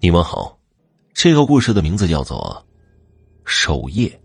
你们好，这个故事的名字叫做守夜。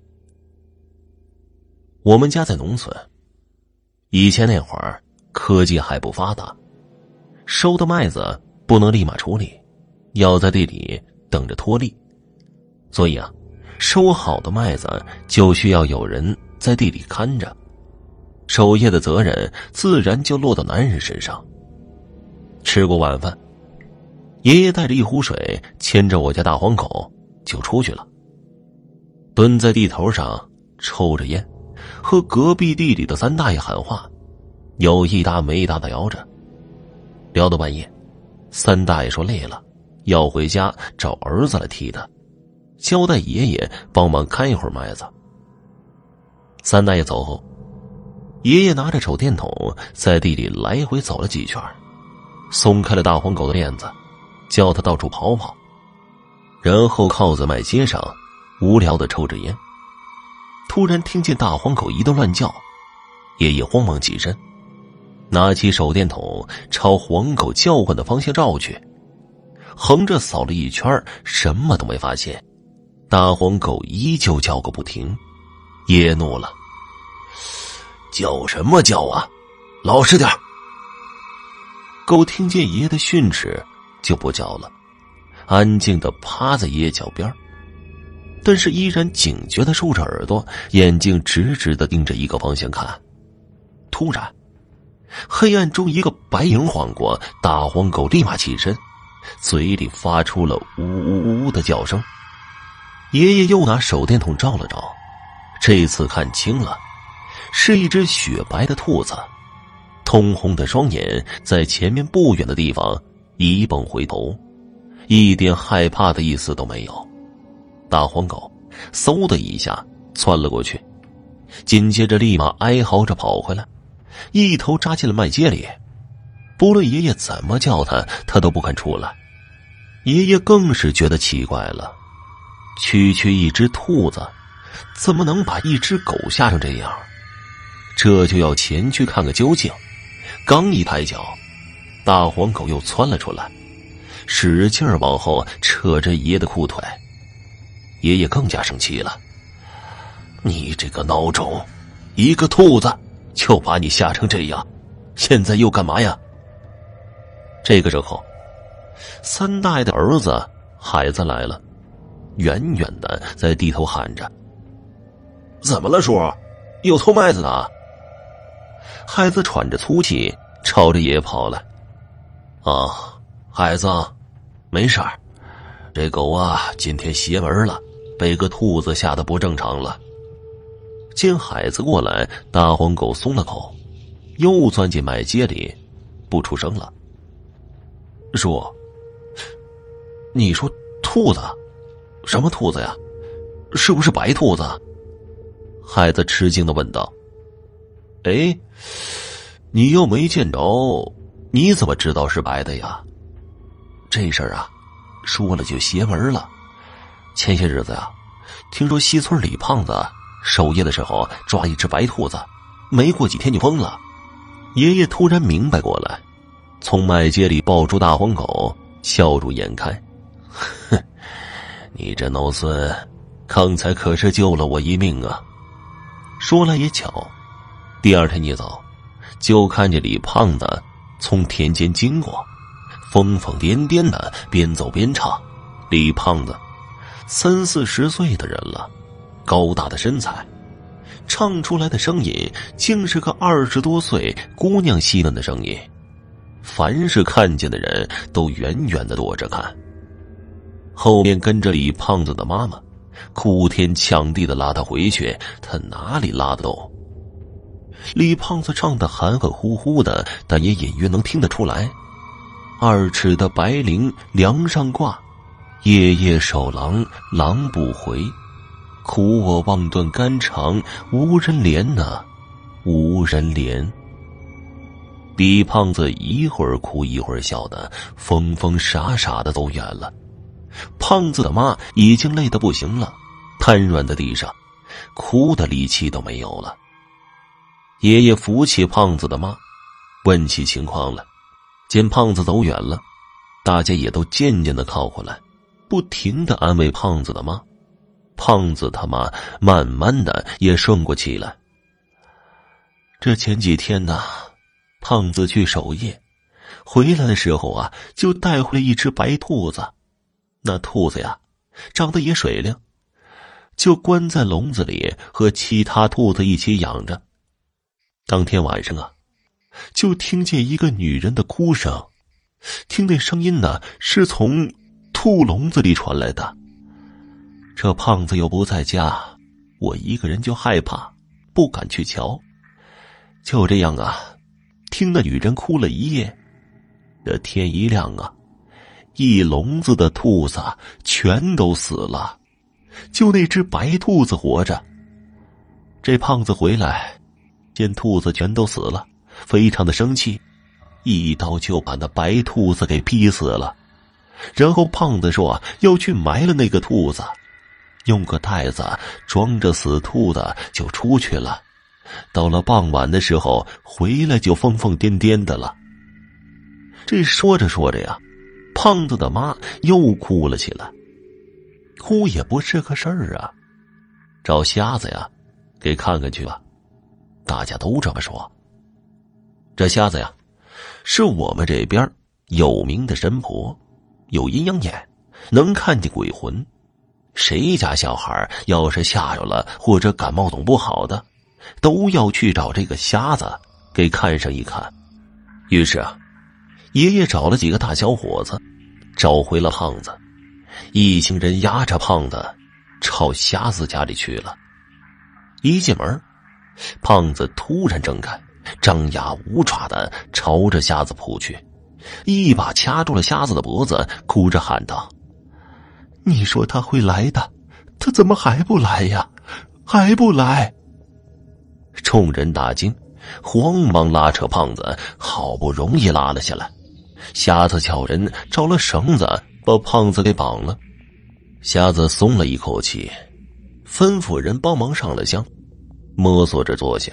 我们家在农村，以前那会儿科技还不发达，收的麦子不能立马处理，要在地里等着脱粒，所以收好的麦子就需要有人在地里看着，守夜的责任自然就落到男人身上。吃过晚饭，爷爷带着一壶水，牵着我家大黄狗就出去了，蹲在地头上抽着烟，和隔壁地里的三大爷喊话，有一搭没一搭的聊着。聊到半夜，三大爷说累了，要回家找儿子来替他，交代爷爷帮忙看一会儿麦子。三大爷走后，爷爷拿着手电筒在地里来回走了几圈，松开了大黄狗的链子，叫他到处跑跑，然后靠在麦秸上无聊地抽着烟。突然听见大黄狗一顿乱叫，爷爷慌忙起身，拿起手电筒朝黄狗叫唤的方向照去，横着扫了一圈，什么都没发现，大黄狗依旧叫个不停。爷爷怒了，叫什么叫啊，老实点。狗听见爷爷的训斥就不叫了，安静地趴在爷爷脚边，但是依然警觉地竖着耳朵，眼睛直直地盯着一个方向看。突然黑暗中一个白影晃过，大黄狗立马起身，嘴里发出了呜呜呜的叫声。爷爷又拿手电筒照了照，这次看清了，是一只雪白的兔子，通红的双眼在前面不远的地方一蹦回头，一点害怕的意思都没有。大黄狗嗖的一下窜了过去，紧接着立马哀嚎着跑回来，一头扎进了麦秸里，不论爷爷怎么叫他都不肯出来。爷爷更是觉得奇怪了，区区一只兔子怎么能把一只狗吓成这样，这就要前去看个究竟。刚一抬脚，大黄狗又窜了出来，使劲儿往后扯着爷爷的裤腿。爷爷更加生气了，你这个孬种，一个兔子就把你吓成这样，现在又干嘛呀？这个时候，三大爷的儿子孩子来了，远远的在地头喊着，怎么了叔，又偷麦子呢？孩子喘着粗气朝着爷爷跑来。孩子没事儿，这狗今天邪门了，被个兔子吓得不正常了。见孩子过来，大黄狗松了口，又钻进麦秸里不出声了。叔，你说兔子？什么兔子呀？是不是白兔子？孩子吃惊地问道。你又没见着，你怎么知道是白的呀？这事儿说了就邪门了。前些日子听说西村李胖子守夜的时候抓一只白兔子，没过几天就疯了。爷爷突然明白过来，从麦秸里抱出大黄狗，笑逐颜开。哼，你这孬孙，刚才可是救了我一命啊。说来也巧，第二天一早就看见李胖子从田间经过，疯疯癫癫的边走边唱。李胖子30-40岁的人了，高大的身材，唱出来的声音竟是个20多岁姑娘细嫩的声音，凡是看见的人都远远的躲着看。后面跟着李胖子的妈妈，哭天抢地的拉他回去，他哪里拉得动？李胖子唱得含含糊糊的，但也隐约能听得出来：2尺的白绫梁上挂，夜夜守郎郎不回，苦我望断肝肠，无人怜无人怜。李胖子一会儿哭一会儿笑的，疯疯傻傻的走远了。胖子的妈已经累得不行了，瘫软在地上，哭的力气都没有了。爷爷扶起胖子的妈，问起情况了，见胖子走远了， 大家也都渐渐的靠过来，不停的安慰胖子的妈。胖子他妈慢慢的也顺过气来。这前几天呢，胖子去守夜，回来的时候啊，就带回来一只白兔子。那兔子呀，长得也水灵，就关在笼子里和其他兔子一起养着。当天晚上啊，就听见一个女人的哭声，听那声音呢，是从兔笼子里传来的。这胖子又不在家，我一个人就害怕，不敢去瞧。就这样啊，听那女人哭了一夜。这天一亮啊，一笼子的兔子全都死了，就那只白兔子活着。这胖子回来见兔子全都死了，非常的生气，一刀就把那白兔子给劈死了。然后胖子说要去埋了那个兔子，用个袋子装着死兔子就出去了。到了傍晚的时候回来就疯疯癫癫的了。这说着说着呀，胖子的妈又哭了起来。哭也不是个事儿啊，找瞎子呀给看看去吧。大家都这么说。这瞎子呀，是我们这边有名的神婆，有阴阳眼，能看见鬼魂。谁家小孩要是吓着了或者感冒总不好的，都要去找这个瞎子给看上一看。于是啊，爷爷找了几个大小伙子，找回了胖子。一行人押着胖子朝瞎子家里去了。一进门，胖子突然睁开，张牙舞爪的朝着瞎子扑去，一把掐住了瞎子的脖子，哭着喊道：你说他会来的，他怎么还不来呀？还不来！众人大惊，慌忙拉扯胖子，好不容易拉了下来。瞎子叫人找了绳子把胖子给绑了。瞎子松了一口气，吩咐人帮忙上了香，摸索着坐下。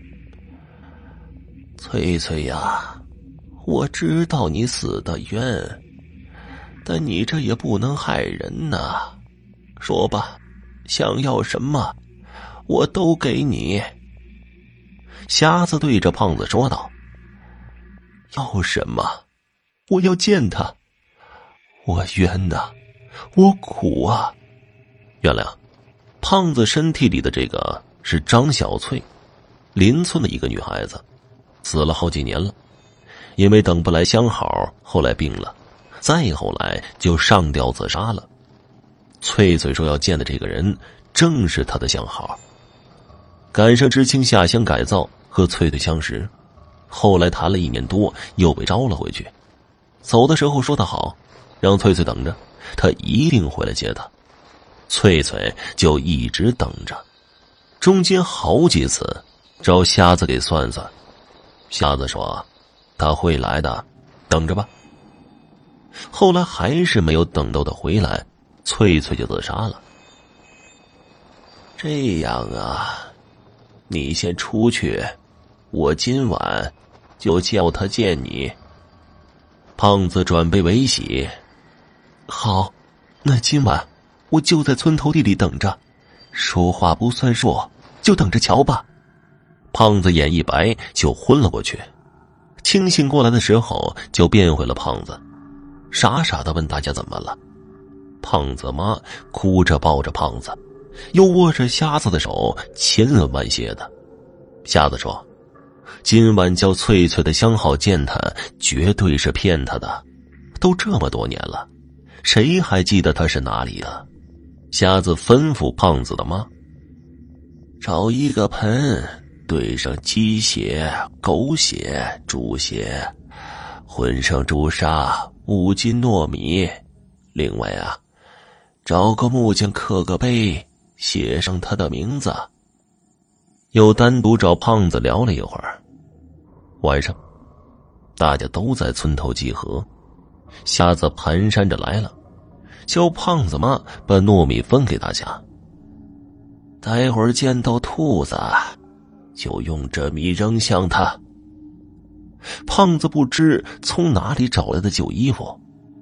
翠翠呀，我知道你死得冤，但你这也不能害人呐。说吧，想要什么，我都给你。瞎子对着胖子说道：要什么？我要见他。我冤呐，我苦啊。原来胖子身体里的这个是张小翠，邻村的一个女孩子，死了好几年了。因为等不来相好，后来病了，再后来就上吊自杀了。翠翠说要见的这个人正是她的相好。赶上知青下乡改造，和翠翠相识，后来谈了1年多，又被招了回去。走的时候说得好，让翠翠等着，他一定回来接她。翠翠就一直等着，中间好几次找瞎子给算算。瞎子说他会来的，等着吧。后来还是没有等到他回来，翠翠就自杀了。这样啊，你先出去，我今晚就叫他见你。胖子转悲为喜，好，那今晚我就在村头地里等着，说话不算数，就等着瞧吧。胖子眼一白就昏了过去，清醒过来的时候就变回了胖子，傻傻地问大家怎么了。胖子妈哭着抱着胖子，又握着瞎子的手，千恩万谢的。瞎子说今晚叫翠翠的相好见他，绝对是骗他的，都这么多年了，谁还记得他是哪里的？瞎子吩咐胖子的妈，找一个盆，兑上鸡血、狗血、猪血，混上朱砂，5斤糯米。另外啊，找个木匠刻个碑，写上他的名字。又单独找胖子聊了一会儿。晚上大家都在村头集合，瞎子蹒跚着来了，叫胖子妈把糯米分给大家。待会儿见到兔子就用这米扔向他。胖子不知从哪里找来的旧衣服，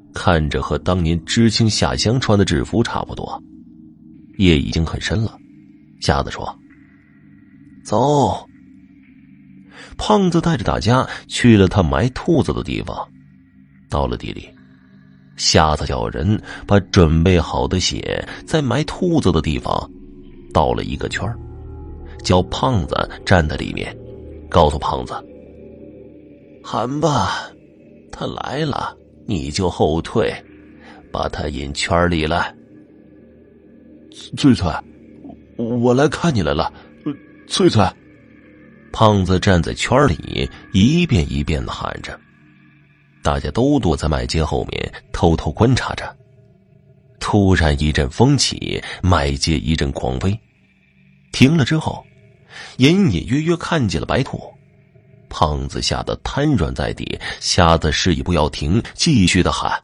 看着和当年知青下乡穿的制服差不多。夜已经很深了，瞎子说：“走。”胖子带着大家去了他埋兔子的地方。到了地里，瞎子叫人把准备好的血在埋兔子的地方倒了一个圈，叫胖子站在里面，告诉胖子：“喊吧，他来了，你就后退，把他引圈里来。” 翠翠，我来看你来了，翠翠。 胖子站在圈里一遍一遍地喊着，大家都躲在麦秸后面偷偷观察着。突然一阵风起，麦秸一阵狂飞，停了之后，隐隐约约看见了白兔。胖子吓得瘫软在地，瞎子示意不要停，继续的喊：“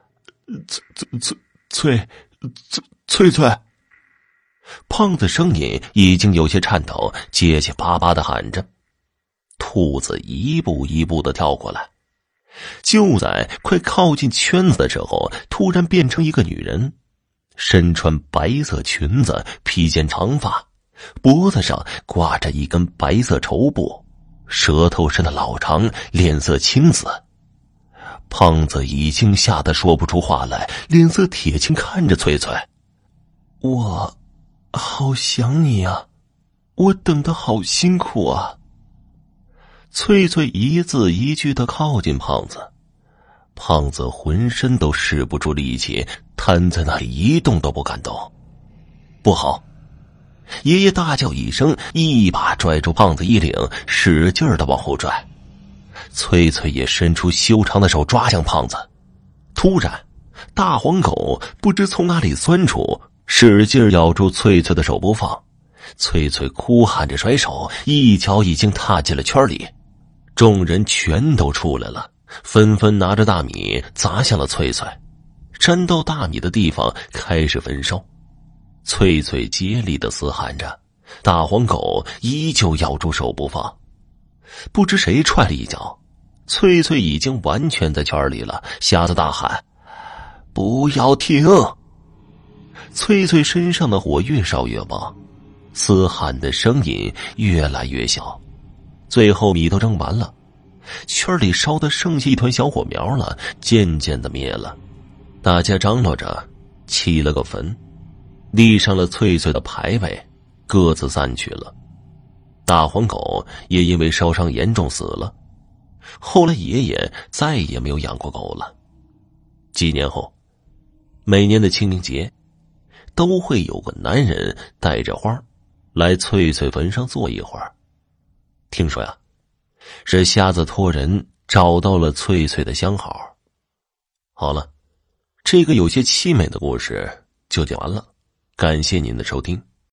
翠翠。” 胖子声音已经有些颤抖，结结巴巴的喊着。兔子一步一步的跳过来，就在快靠近圈子的时候，突然变成一个女人，身穿白色裙子，披肩长发，脖子上挂着一根白色绸布，舌头伸得老长，脸色青紫。胖子已经吓得说不出话来，脸色铁青看着翠翠：“ 我好想你啊，我等得好辛苦啊。” 翠翠一字一句的靠近胖子，胖子浑身都使不出力气，瘫在那里一动都不敢动。不好！爷爷大叫一声，一把拽住胖子衣领，使劲的往后拽。翠翠也伸出修长的手抓向胖子。突然，大黄狗不知从哪里钻出，使劲咬住翠翠的手不放。翠翠哭喊着甩手，一脚已经踏进了圈里。众人全都出来了，纷纷拿着大米砸向了翠翠。沾到大米的地方开始焚烧。翠翠竭力的嘶喊着，大黄狗依旧咬住手不放。不知谁踹了一脚，翠翠已经完全在圈里了，瞎子大喊：“不要停！”翠翠身上的火越烧越旺，嘶喊的声音越来越小。最后米都扔完了，圈里烧得剩下一团小火苗了，渐渐的灭了。大家张罗着砌了个坟，立上了翠翠的牌位，各自散去了。大黄狗也因为烧伤严重死了。后来爷爷再也没有养过狗了。几年后，每年的清明节，都会有个男人带着花来翠翠坟上坐一会儿。听说呀，是瞎子托人找到了翠翠的相好。好了，这个有些凄美的故事就讲完了，感谢您的收听。